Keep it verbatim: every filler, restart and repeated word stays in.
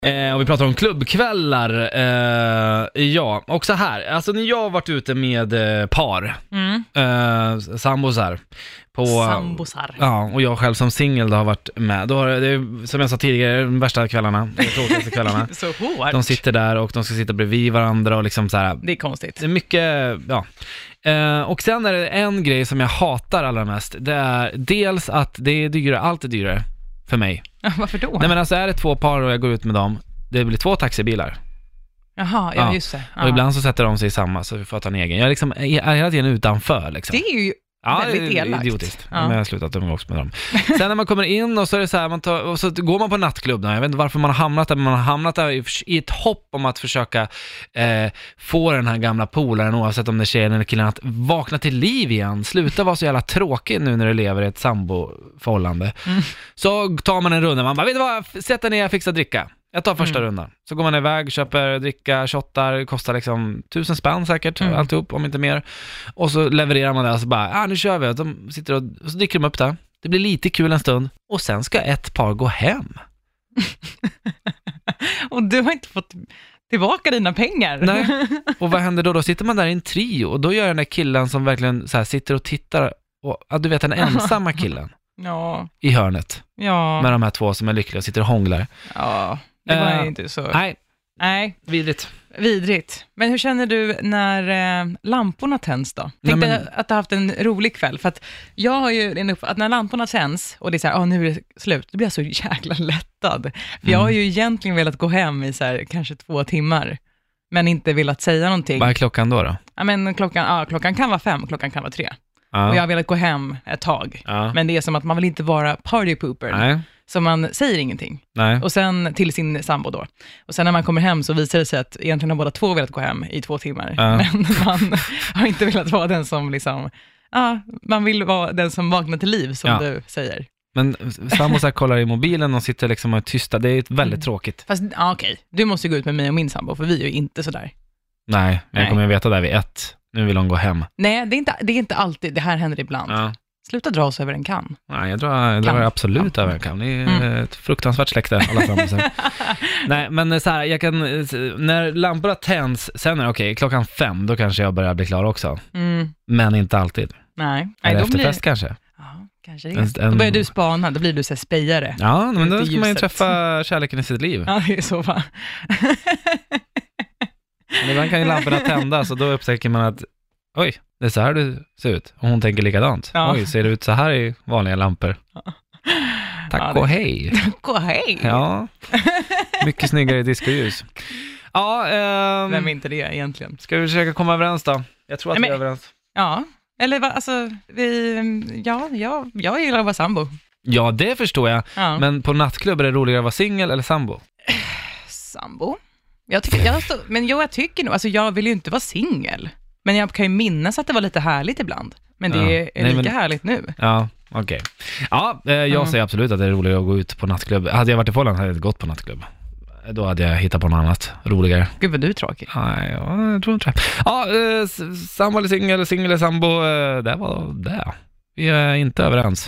Eh, och vi pratar om klubbkvällar. Eh, ja, och så här. Alltså när jag har varit ute med eh, par, Mm. eh, sambosar. På, Sambosar. Ja, och jag själv som singel då har varit med. Då har det, det, som jag sa tidigare, de värsta kvällarna, de tråkigaste kvällarna. Så hårt. De sitter där och de ska sitta bredvid varandra och liksom så här. Det är konstigt. Det är mycket, ja. Eh, och sen är det en grej som jag hatar allra mest. Det är dels att det är dyrare, allt är dyrare för mig. Varför då? Nej men alltså är det två par och jag går ut med dem, det blir två taxibilar. Jaha, ja, Ja. just det. Ja. Och ibland så sätter de sig i samma så vi får ta en egen. Jag är liksom jag är hela tiden utanför liksom. Det är ju Ja, väldigt det är elakt. idiotiskt. Ja. Men jag har slutat umgås med dem. Sen när man kommer in och så är det så här, man tar, och så går man på nattklubb. Jag vet inte varför man har hamnat där, men man har hamnat där i, i ett hopp om att försöka eh, få den här gamla polaren, oavsett om det är tjejen eller killen, att vakna till liv igen. Sluta vara så jävla tråkig nu när du lever i ett samboförhållande. Mm. Så tar man en runda, man bara, vet du vad, sätt dig ner, jag fixar dricka. Jag tar första Mm. rundan. Så går man iväg, köper dricka, shottar, kostar liksom tusen spänn säkert, Mm. alltihop, om inte mer. Och så levererar man det och så bara, ja ah, nu kör vi. Och de sitter och, och så dricker de upp det. Det blir lite kul en stund. Och sen ska ett par gå hem. Och du har inte fått tillbaka dina pengar. Nej. Och vad händer då? Då sitter man där i en trio. Och då gör den där killen som verkligen så här sitter och tittar. Och, ja, du vet den ensamma killen Ja, i hörnet. ja, Med de här två som är lyckliga och sitter och hånglar. ja. Det var Eh, inte så. Nej, Nej, vidrigt. vidrigt. Men hur känner du när eh, lamporna tänds då? Nej, Tänkte men- att du har haft en rolig kväll. För att jag har ju en upp- att när lamporna tänds och det är så här, ah, nu är det slut, då blir jag så jäkla lättad. För jag har ju egentligen velat gå hem i så här, kanske två timmar. Men inte velat säga någonting. Vad är klockan då då? Ja, men klockan, ja, klockan kan vara fem, klockan kan vara tre. Ja. Och jag har velat gå hem ett tag. Ja. Men det är som att man vill inte vara party pooper. Nej, Så man säger ingenting. nej. Och sen till sin sambo då. Och sen när man kommer hem så visar det sig att egentligen har båda två velat gå hem i två timmar. Ja. Men man har inte velat vara den som liksom, ja, man vill vara den som vaknar till liv som Ja. du säger. Men sambosar kollar i mobilen och sitter liksom och är tysta. Det är väldigt Mm. tråkigt. Fast ja, okej, du måste gå ut med mig och min sambo för vi är ju inte sådär. Nej, jag Nej. kommer att veta där vid ett. Nu vill hon gå hem. Nej, det är inte, det är inte alltid, det här händer ibland. Ja. Sluta dra oss över en kan. Nej, jag drar, jag drar Kan. absolut Kan. över en kam. Det är Mm. ett fruktansvärt släkte, alla sambosar. Nej, men så här, jag kan, när lamporna tänds, sen är det okej, klockan fem, då kanske jag börjar bli klar också. Mm. Men inte alltid. Nej. Nej, Eller då blir- efterfest kanske. Ja, kanske det. En- en- Då börjar du spana, då blir du så här spejare. Ja, men Ut då i ska man ju ljuset. träffa kärleken i sitt liv. Ja, det är så va. Men ibland kan ju lamporna tändas och då upptäcker man att oj, det är så här du ser ut. Och hon tänker likadant. Ja. Oj, ser det ut så här i vanliga lampor? Tack Ja, det- och hej. Gå hej. Ja, mycket snyggare i discoljus. Ja, ehm, Vem är inte det egentligen? ska vi försöka komma överens då? Jag tror att Nej, vi är men- överens. Ja, eller va, alltså, vi, ja, ja, jag gillar att vara sambo. Ja, det förstår jag. Ja. Men på nattklubb är det roligare att vara singel eller sambo? Sambo? Jag tycker, jag stå, men jo, jag tycker nog, alltså jag vill ju inte vara singel. Men jag kan ju minnas att det var lite härligt ibland. Men det Ja. är Nej, lika men- härligt nu. Ja, okej. Ja, eh, jag Ja. säger absolut att det är roligare att gå ut på nattklubb. Hade jag varit i Folland hade jag inte gått på nattklubb. Då hade jag hittat på något annat roligare. Gud vad du är tråkig. Nej, ja, jag tror inte det. Ja, eh, s- sambo eller singel, singel eller sambo, eh, det var det. Vi är inte överens.